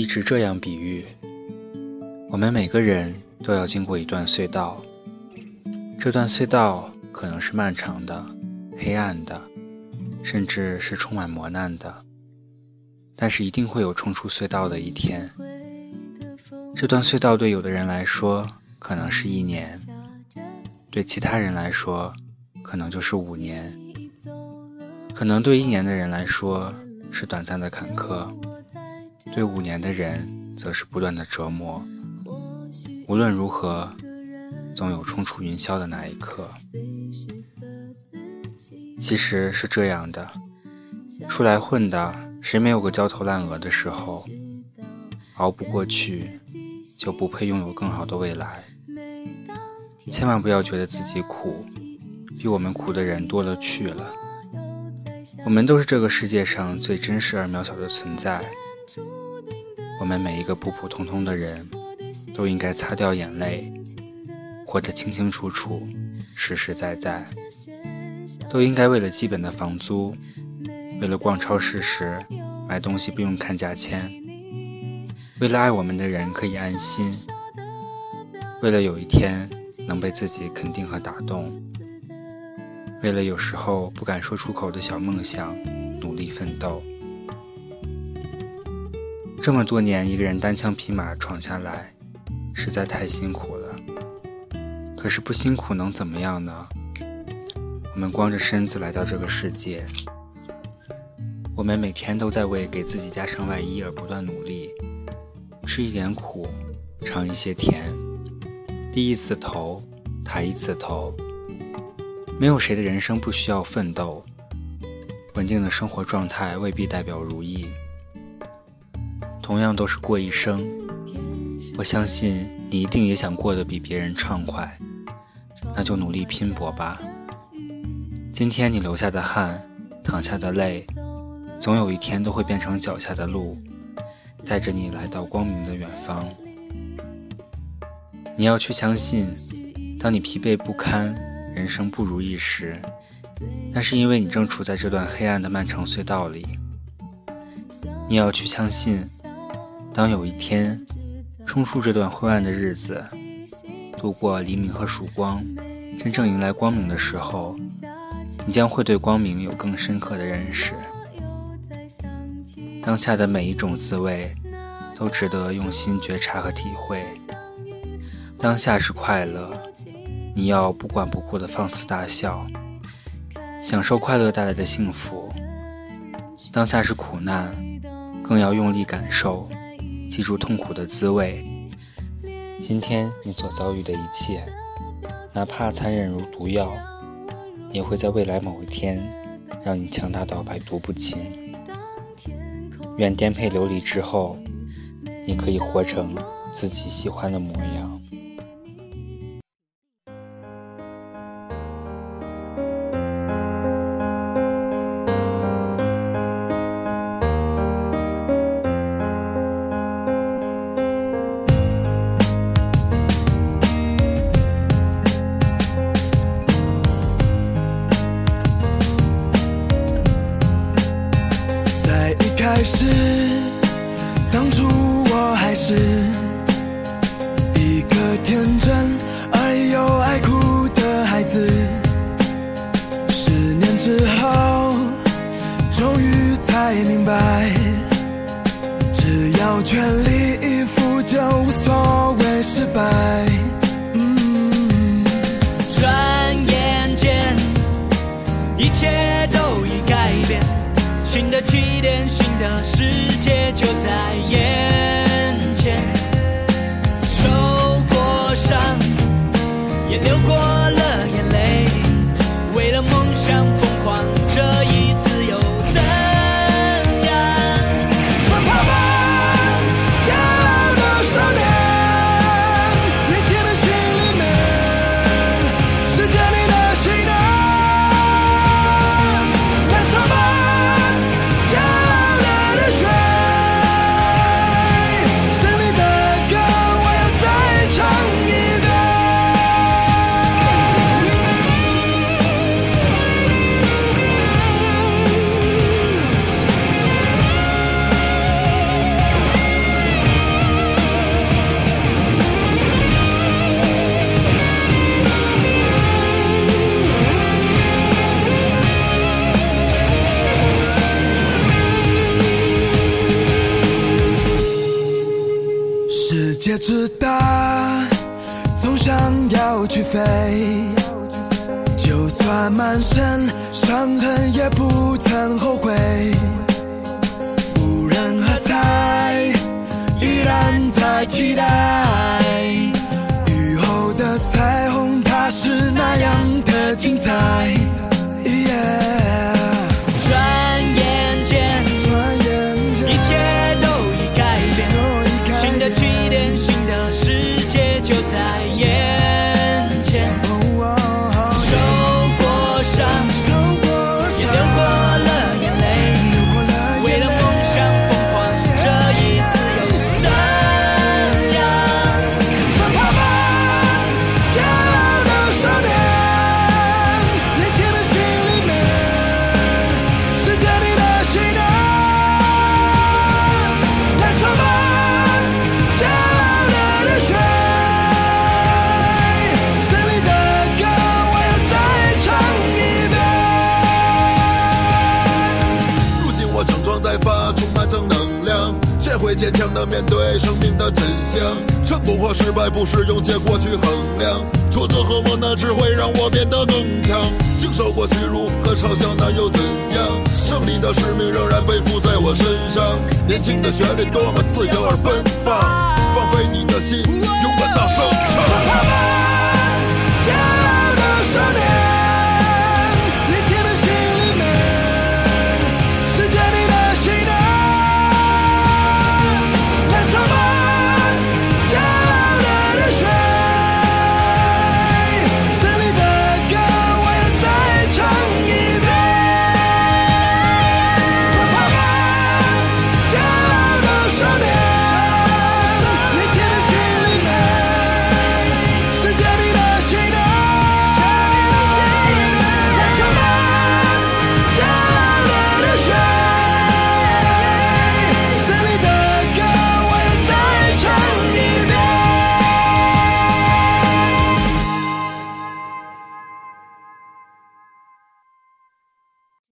直这样比喻，我们每个人都要经过一段隧道，这段隧道可能是漫长的、黑暗的，甚至是充满磨难的，但是一定会有冲出隧道的一天。这段隧道对有的人来说可能是1年，对其他人来说可能就是5年，可能对1年的人来说是短暂的坎坷，对5年的人则是不断的折磨。无论如何，总有冲出云霄的那一刻。其实是这样的，出来混的，谁没有个焦头烂额的时候？熬不过去，就不配拥有更好的未来。千万不要觉得自己苦，比我们苦的人多了去了。我们都是这个世界上最真实而渺小的存在，我们每一个普普通通的人都应该擦掉眼泪，活得清清楚楚，实实在在，都应该为了基本的房租，为了逛超市时买东西不用看价钱，为了爱我们的人可以安心，为了有一天能被自己肯定和打动，为了有时候不敢说出口的小梦想努力奋斗。这么多年一个人单枪匹马闯下来，实在太辛苦了。可是不辛苦能怎么样呢？我们光着身子来到这个世界，我们每天都在为给自己加上外衣而不断努力，吃一点苦，尝一些甜，低一次头，抬一次头。没有谁的人生不需要奋斗，稳定的生活状态未必代表如意。同样都是过一生，我相信你一定也想过得比别人畅快，那就努力拼搏吧。今天你流下的汗，淌下的泪，总有一天都会变成脚下的路，带着你来到光明的远方。你要去相信，当你疲惫不堪，人生不如意时，那是因为你正处在这段黑暗的漫长隧道里。你要去相信，当有一天冲出这段灰暗的日子，度过黎明和曙光，真正迎来光明的时候，你将会对光明有更深刻的认识。当下的每一种滋味都值得用心觉察和体会。当下是快乐，你要不管不顾地放肆大笑，享受快乐带来的幸福。当下是苦难，更要用力感受，记住痛苦的滋味。今天你所遭遇的一切，哪怕残忍如毒药，也会在未来某一天让你强大到百毒不侵。愿颠沛流离之后，你可以活成自己喜欢的模样。 开始，当初我还是一个天真而又爱哭的孩子，10年之后终于才明白，只要全力以赴就无所谓失败。 转眼间一切都已改变，新的起点，新的世界就在眼前。受过伤，也流过了眼泪，为了梦想疯狂，这一次又怎样？奔跑吧，骄傲的少年，年轻的心里面，世界你的心的。燃烧吧，骄傲的热血，胜利的歌我要再唱一遍。 他满身伤痕也不曾后悔，无人喝彩，依然在期待雨后的彩虹，它是那样的精彩。 转眼间，一切都已改变，新的起点，新的世界就在眼前。受过伤，也流过了眼泪，为了梦想疯狂，这一次又怎样？ 奔跑吧，骄傲的少年，年轻的心里面是着你的信念。燃烧吧，骄傲的热血，胜利的歌我要再唱一遍。 如今我整装待发，充满正能量，学会坚强地面对生命的真相。成功或失败不是用结果去衡量，挫折和磨难只会让我变得更强。经受过屈辱和嘲笑，那又怎样？胜利的使命仍然背负在我身上。年轻的旋律多么自由而奔放，放飞你的心，勇敢大声唱。